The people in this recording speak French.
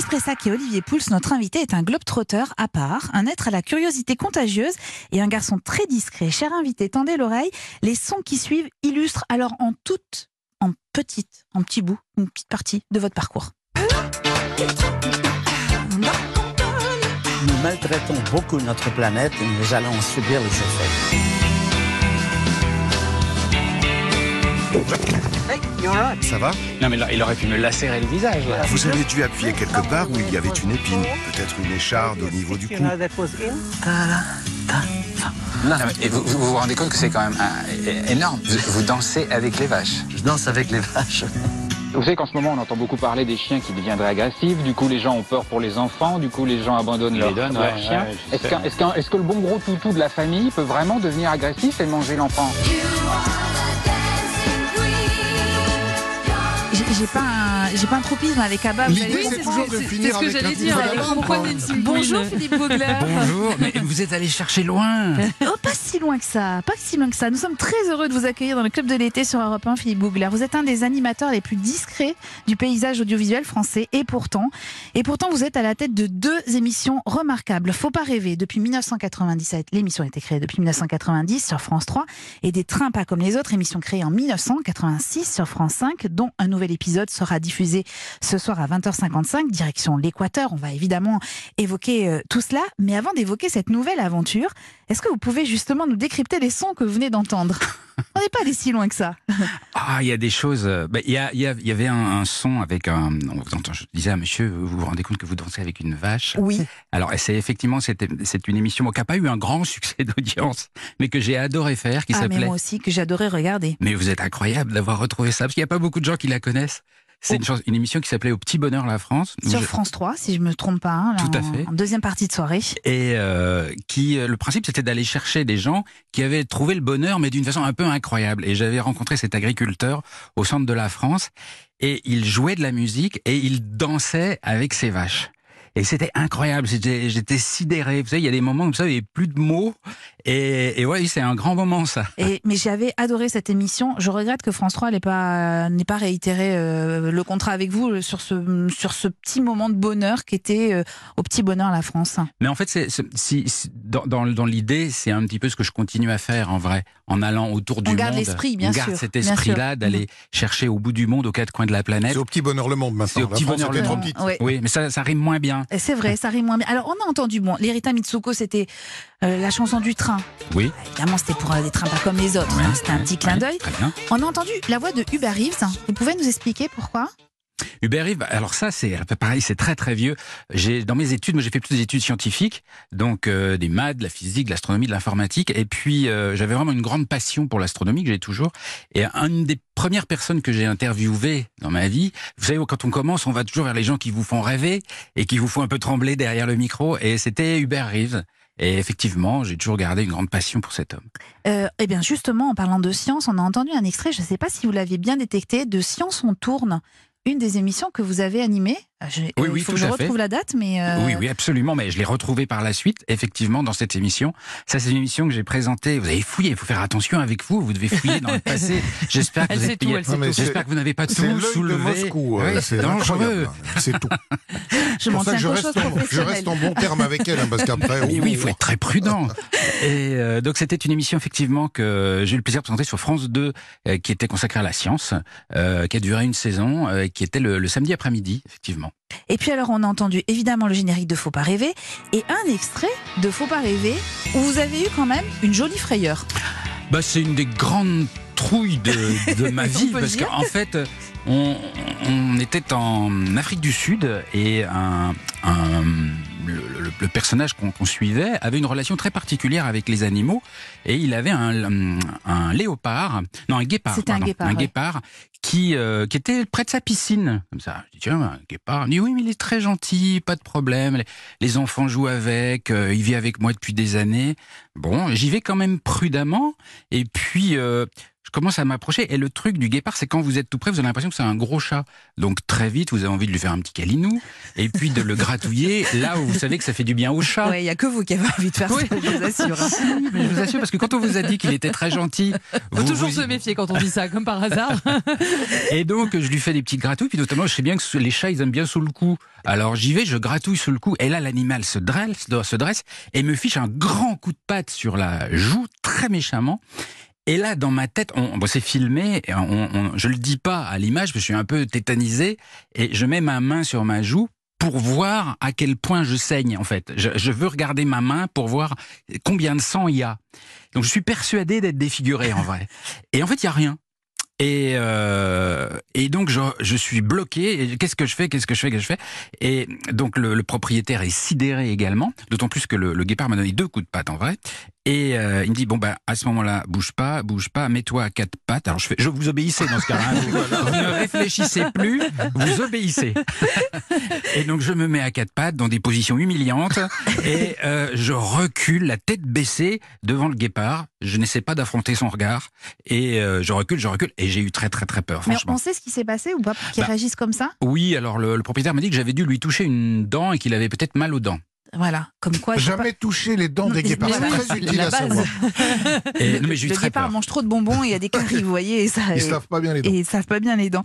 Pressac et Olivier Pouls, notre invité est un globe-trotter à part, un être à la curiosité contagieuse et un garçon très discret. Cher invité, tendez l'oreille, les sons qui suivent illustrent alors en petit bout, une petite partie de votre parcours. Nous maltraitons beaucoup notre planète et nous allons en subir les effets. Ça va? Non mais là, il aurait pu me lacérer le visage là. Vous avez dû appuyer quelque part où il y avait une épine, peut-être une écharde au niveau du cou. Non, mais vous vous rendez compte que c'est quand même énorme. Vous dansez avec les vaches. Je danse avec les vaches. Vous savez qu'en ce moment on entend beaucoup parler des chiens qui deviendraient agressifs, du coup les gens ont peur pour les enfants, du coup les gens abandonnent leurs chiens. Est-ce que le bon gros toutou de la famille peut vraiment devenir agressif et manger l'enfant? J'ai pas un tropisme avec Abba. L'idée, c'est toujours de finir avec un titre d'abord. Bonjour Philippe Boegler. Bonjour, mais vous êtes allé chercher loin. Oh, pas si loin que ça. Nous sommes très heureux de vous accueillir dans le club de l'été sur Europe 1, Philippe Boegler. Vous êtes un des animateurs les plus discrets du paysage audiovisuel français et pourtant vous êtes à la tête de 2 émissions remarquables. Faut pas rêver, depuis 1997. L'émission a été créée depuis 1990 sur France 3 et Des trains pas comme les autres, émission créée en 1986 sur France 5, dont un nouvel épisode sera diffusé ce soir à 20h55, direction l'Équateur. On va évidemment évoquer tout cela, mais avant d'évoquer cette nouvelle aventure, est-ce que vous pouvez justement nous décrypter les sons que vous venez d'entendre? On n'est pas allé si loin que ça. Ah, il y a des choses. Il y avait un son avec un. Je disais à monsieur, vous vous rendez compte que vous dansez avec une vache? Oui. Alors, c'est une émission qui n'a pas eu un grand succès d'audience, mais que j'ai adoré faire, qui s'appelait. Mais moi aussi, que j'adorais regarder. Mais vous êtes incroyable d'avoir retrouvé ça, parce qu'il n'y a pas beaucoup de gens qui la connaissent. C'est une émission qui s'appelait Au Petit Bonheur la France. Sur France 3, si je ne me trompe pas. Hein, tout à fait. En deuxième partie de soirée. Et le principe, c'était d'aller chercher des gens qui avaient trouvé le bonheur, mais d'une façon un peu incroyable. Et j'avais rencontré cet agriculteur au centre de la France, et il jouait de la musique, et il dansait avec ses vaches. Et c'était incroyable, j'étais sidéré. Vous savez, il y a des moments où il n'y avait plus de mots. Et ouais, c'est un grand moment, ça. Mais j'avais adoré cette émission. Je regrette que France 3 n'ait pas réitéré le contrat avec vous sur ce petit moment de bonheur qui était Au Petit Bonheur la France. Mais en fait, dans l'idée, c'est un petit peu ce que je continue à faire en vrai, en allant autour du monde. On garde l'esprit, bien sûr. On garde cet esprit-là d'aller chercher au bout du monde, aux 4 coins de la planète. C'est Au Petit Bonheur le monde maintenant. C'est Au Petit Bonheur le monde. Oui, mais ça rime moins bien. C'est vrai, ça rime moins bien. Alors, on a entendu, l'Erita Mitsuko, c'était la chanson du train. Oui. Évidemment, c'était pour des trains pas comme les autres. Ouais, c'était un petit clin d'œil. Très bien. On a entendu la voix de Hubert Reeves. Vous pouvez nous expliquer pourquoi ? Hubert Reeves, alors ça c'est pareil, c'est très très vieux. Dans mes études, moi j'ai fait plus des études scientifiques, donc des maths, de la physique, de l'astronomie, de l'informatique, et puis j'avais vraiment une grande passion pour l'astronomie que j'ai toujours. Et une des premières personnes que j'ai interviewées dans ma vie, vous savez, quand on commence, on va toujours vers les gens qui vous font rêver et qui vous font un peu trembler derrière le micro, et c'était Hubert Reeves. Et effectivement, j'ai toujours gardé une grande passion pour cet homme. Eh bien justement, en parlant de science, on a entendu un extrait, je ne sais pas si vous l'aviez bien détecté, de Science on tourne, une des émissions que vous avez animées. Oui, il faut que je retrouve la date, mais... Oui, absolument, mais je l'ai retrouvée par la suite, effectivement, dans cette émission. Ça, c'est une émission que j'ai présentée. Vous avez fouillé, il faut faire attention avec vous devez fouiller dans le passé. J'espère que j'espère que vous n'avez pas tout soulevé. De Moscou, c'est dangereux. C'est tout. Je m'en tiens quelque chose professionnel. Je reste en bon terme avec elle, parce qu'après... Oui, il faut être très prudent. Et donc, c'était une émission, effectivement, que j'ai eu le plaisir de présenter sur France 2, qui était consacrée à la science, qui a duré une saison, qui était le samedi après-midi, effectivement. Et puis alors on a entendu évidemment le générique de Faut pas rêver et un extrait de Faut pas rêver où vous avez eu quand même une jolie frayeur. C'est une des grandes trouilles de ma vie parce qu'en fait on était en Afrique du Sud et le personnage qu'on suivait avait une relation très particulière avec les animaux et il avait un léopard, non un guépard, un guépard qui était près de sa piscine. Comme ça, je dis tiens, un guépard. Il dit oui, mais il est très gentil, pas de problème. Les enfants jouent avec, il vit avec moi depuis des années. Bon, j'y vais quand même prudemment. Et puis je commence à m'approcher. Et le truc du guépard, c'est quand vous êtes tout près, vous avez l'impression que c'est un gros chat. Donc très vite, vous avez envie de lui faire un petit câlinou et puis de le gratouiller là où vous savez que ça fait du bien au chat. Ouais, il y a que vous qui avez envie de faire ça, je vous assure. Oui, mais je vous assure, parce que quand on vous a dit qu'il était très gentil, Faut toujours se méfier quand on dit ça, comme par hasard. Et donc, je lui fais des petites gratouilles, puis notamment, je sais bien que les chats, ils aiment bien sous le cou. Alors, j'y vais, je gratouille sous le cou, et là, l'animal se dresse et me fiche un grand coup de patte sur la joue, très méchamment. Et là, dans ma tête, c'est filmé, je le dis pas à l'image, parce que je suis un peu tétanisé, et je mets ma main sur ma joue pour voir à quel point je saigne, en fait. Je veux regarder ma main pour voir combien de sang il y a. Donc, je suis persuadé d'être défiguré, en vrai. Et en fait, il y a rien. Et donc je suis bloqué. Et qu'est-ce que je fais Et donc le propriétaire est sidéré également. D'autant plus que le guépard m'a donné 2 coups de patte en vrai. Et il me dit à ce moment-là, bouge pas, mets-toi à 4 pattes. Alors je vous obéissez dans ce cas-là. Vous ne réfléchissez plus, vous obéissez. Et donc je me mets à 4 pattes dans des positions humiliantes et je recule, la tête baissée devant le guépard. Je n'essaie pas d'affronter son regard et je recule et j'ai eu très très très peur. Franchement. Mais on sait ce qui s'est passé ou pas pour qu'il réagisse comme ça? Oui, alors le propriétaire m'a dit que j'avais dû lui toucher une dent et qu'il avait peut-être mal aux dents. Voilà, comme quoi. Jamais toucher les dents des guépards, c'est très utile à savoir. Non, mais j'ai eu le très guépard peur. mange trop de bonbons, il y a des caries, vous voyez, et ça. Ils savent pas bien les dents. Et ils savent pas bien les dents.